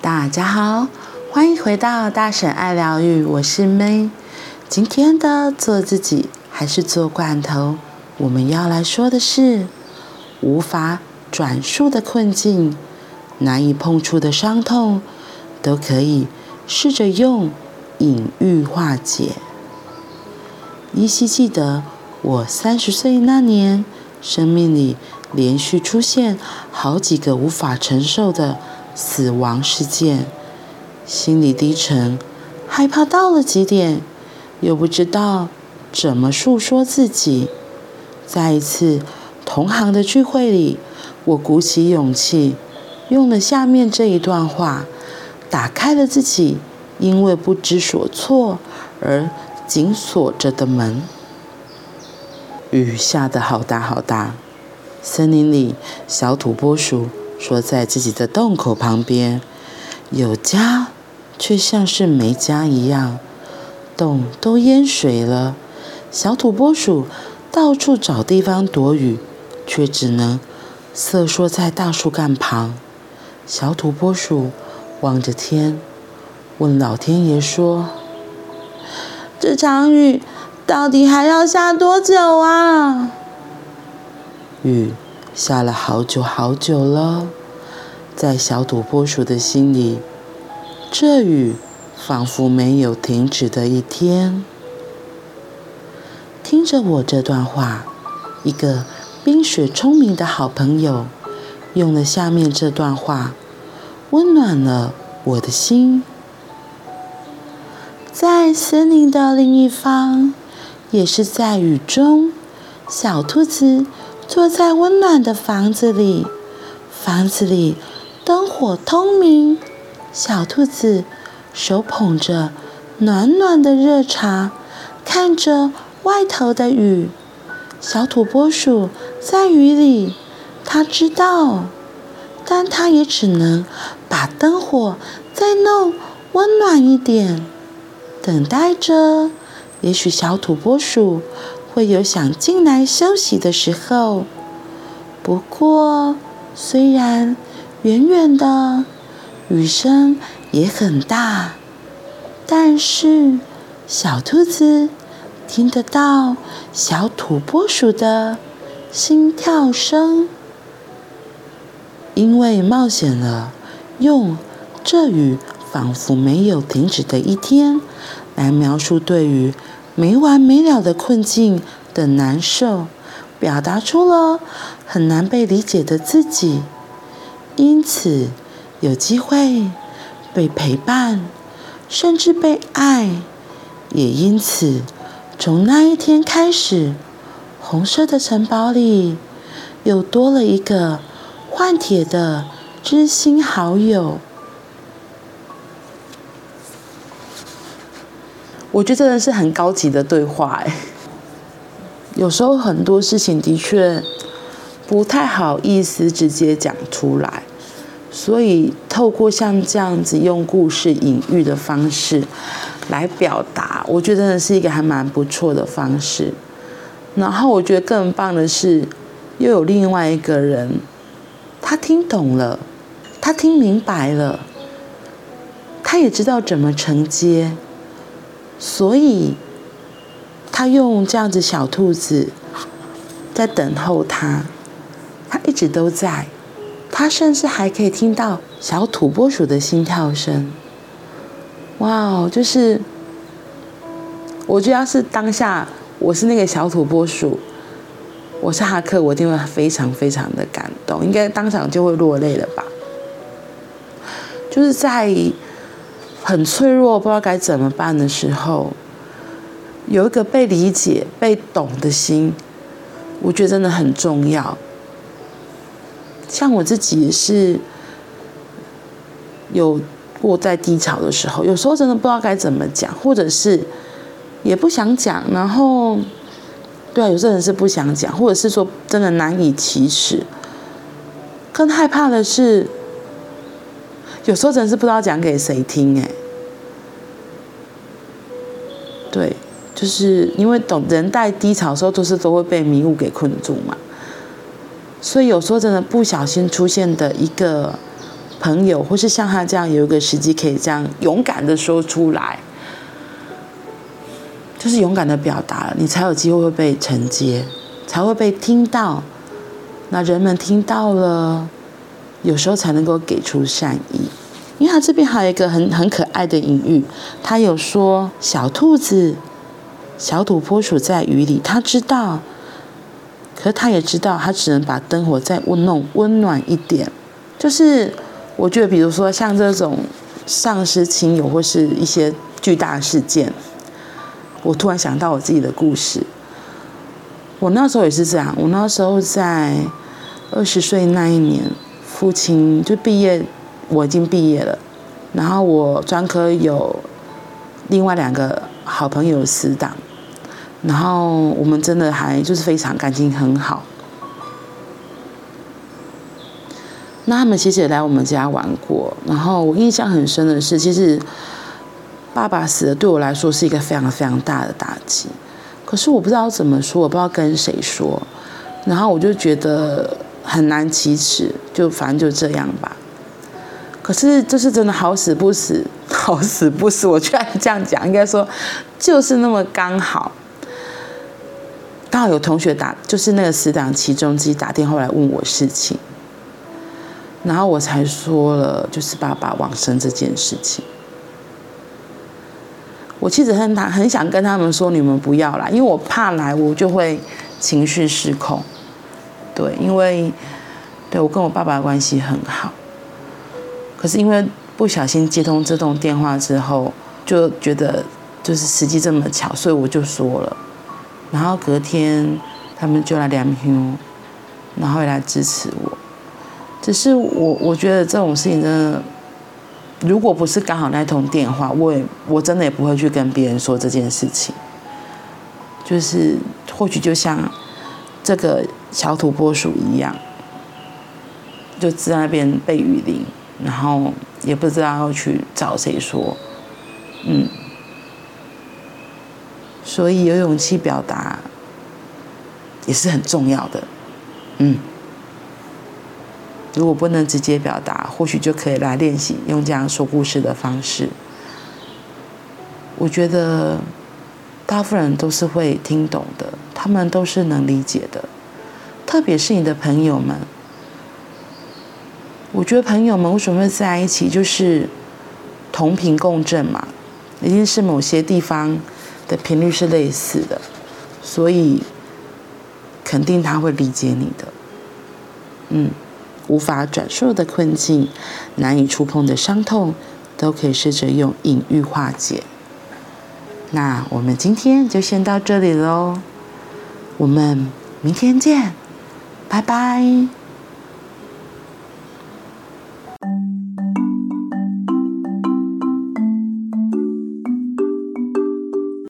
大家好，欢迎回到大婶爱疗愈，我是 May。今天的做自己还是做罐头，我们要来说的是无法转述的困境，难以碰触的伤痛，都可以试着用隐喻化解。依稀记得我30岁那年，生命里连续出现好几个无法承受的死亡事件，心里低沉，害怕到了极点，又不知道怎么诉说自己。在一次同行的聚会里，我鼓起勇气，用了下面这一段话，打开了自己因为不知所措而紧锁着的门。雨下得好大好大，森林里小土拨鼠缩在自己的洞口旁边，有家却像是没家一样，洞都淹水了。小土拨鼠到处找地方躲雨，却只能瑟缩在大树干旁。小土拨鼠望着天，问老天爷说：这场雨到底还要下多久啊？雨下了好久好久了，在小土拨鼠的心里，这雨仿佛没有停止的一天。听着我这段话，一个冰雪聪明的好朋友用了下面这段话，温暖了我的心。在森林的另一方，也是在雨中，小兔子坐在温暖的房子里，房子里灯火通明，小兔子手捧着暖暖的热茶，看着外头的雨。小土拨鼠在雨里，它知道，但它也只能把灯火再弄温暖一点，等待着，也许小土拨鼠会有想进来休息的时候。不过，虽然远远的雨声也很大，但是小兔子听得到小土拨鼠的心跳声。因为冒险了，用这雨仿佛没有停止的一天来描述对于没完没了的困境的难受，表达出了很难被理解的自己，因此有机会被陪伴，甚至被爱。也因此，从那一天开始，红色的城堡里又多了一个换铁的知心好友。我觉得真的是很高级的对话哎。有时候很多事情的确不太好意思直接讲出来，所以透过像这样子用故事隐喻的方式来表达，我觉得真的是一个还蛮不错的方式。然后我觉得更棒的是，又有另外一个人，他听懂了，他听明白了，他也知道怎么承接，所以他用这样子小兔子在等候他，他一直都在，他甚至还可以听到小土拨鼠的心跳声。哇，就是我觉得要是当下我是那个小土拨鼠，我是哈克，我一定会非常非常的感动，应该当场就会落泪了吧。就是在很脆弱不知道该怎么办的时候，有一个被理解被懂的心，我觉得真的很重要。像我自己也是有过在低潮的时候，有时候真的不知道该怎么讲，或者是也不想讲，然后对啊，有些人是不想讲，或者是说真的难以启齿。更害怕的是，有时候真的是不知道讲给谁听哎。对，就是因为懂人在低潮的时候都会被迷雾给困住嘛，所以有时候真的不小心出现的一个朋友，或是像他这样有一个时机可以这样勇敢的说出来，就是勇敢的表达了，你才有机会会被承接，才会被听到。那人们听到了，有时候才能够给出善意。因为他这边还有一个很可爱的隐喻，他有说小兔子、小土拨鼠在雨里，他知道，可是他也知道，他只能把灯火再弄温暖一点。就是我觉得，比如说像这种丧失亲友或是一些巨大事件，我突然想到我自己的故事。我那时候也是这样，我那时候在20岁那一年，父亲就毕业。我已经毕业了，然后我专科有另外2个好朋友死党，然后我们真的还就是非常感情很好。那他们其实也来我们家玩过，然后我印象很深的是，其实爸爸死了对我来说是一个非常非常大的打击，可是我不知道怎么说，我不知道跟谁说，然后我就觉得很难启齿，就反正就这样吧。可是这是真的好死不死，我居然这样讲，应该说就是那么刚好有同学就是那个死党其中之一打电话来问我事情，然后我才说了就是爸爸往生这件事情。我其实很想跟他们说你们不要来，因为我怕来我就会情绪失控。对，因为我跟我爸爸的关系很好。可是因为不小心接通这通电话之后，就觉得就是时机这么巧，所以我就说了。然后隔天他们就来念香，然后也来支持我。只是我觉得这种事情真的，如果不是刚好那通电话，我真的也不会去跟别人说这件事情。就是或许就像这个小土拨鼠一样，就在那边被雨淋。然后也不知道要去找谁说，所以有勇气表达也是很重要的，如果不能直接表达，或许就可以来练习用这样说故事的方式。我觉得大部分人都是会听懂的，他们都是能理解的，特别是你的朋友们。我觉得朋友们为什么会在一起，就是同频共振嘛，一定是某些地方的频率是类似的，所以肯定他会理解你的。无法转述的困境，难以触碰的伤痛，都可以试着用隐喻化解。那我们今天就先到这里咯，我们明天见，拜拜。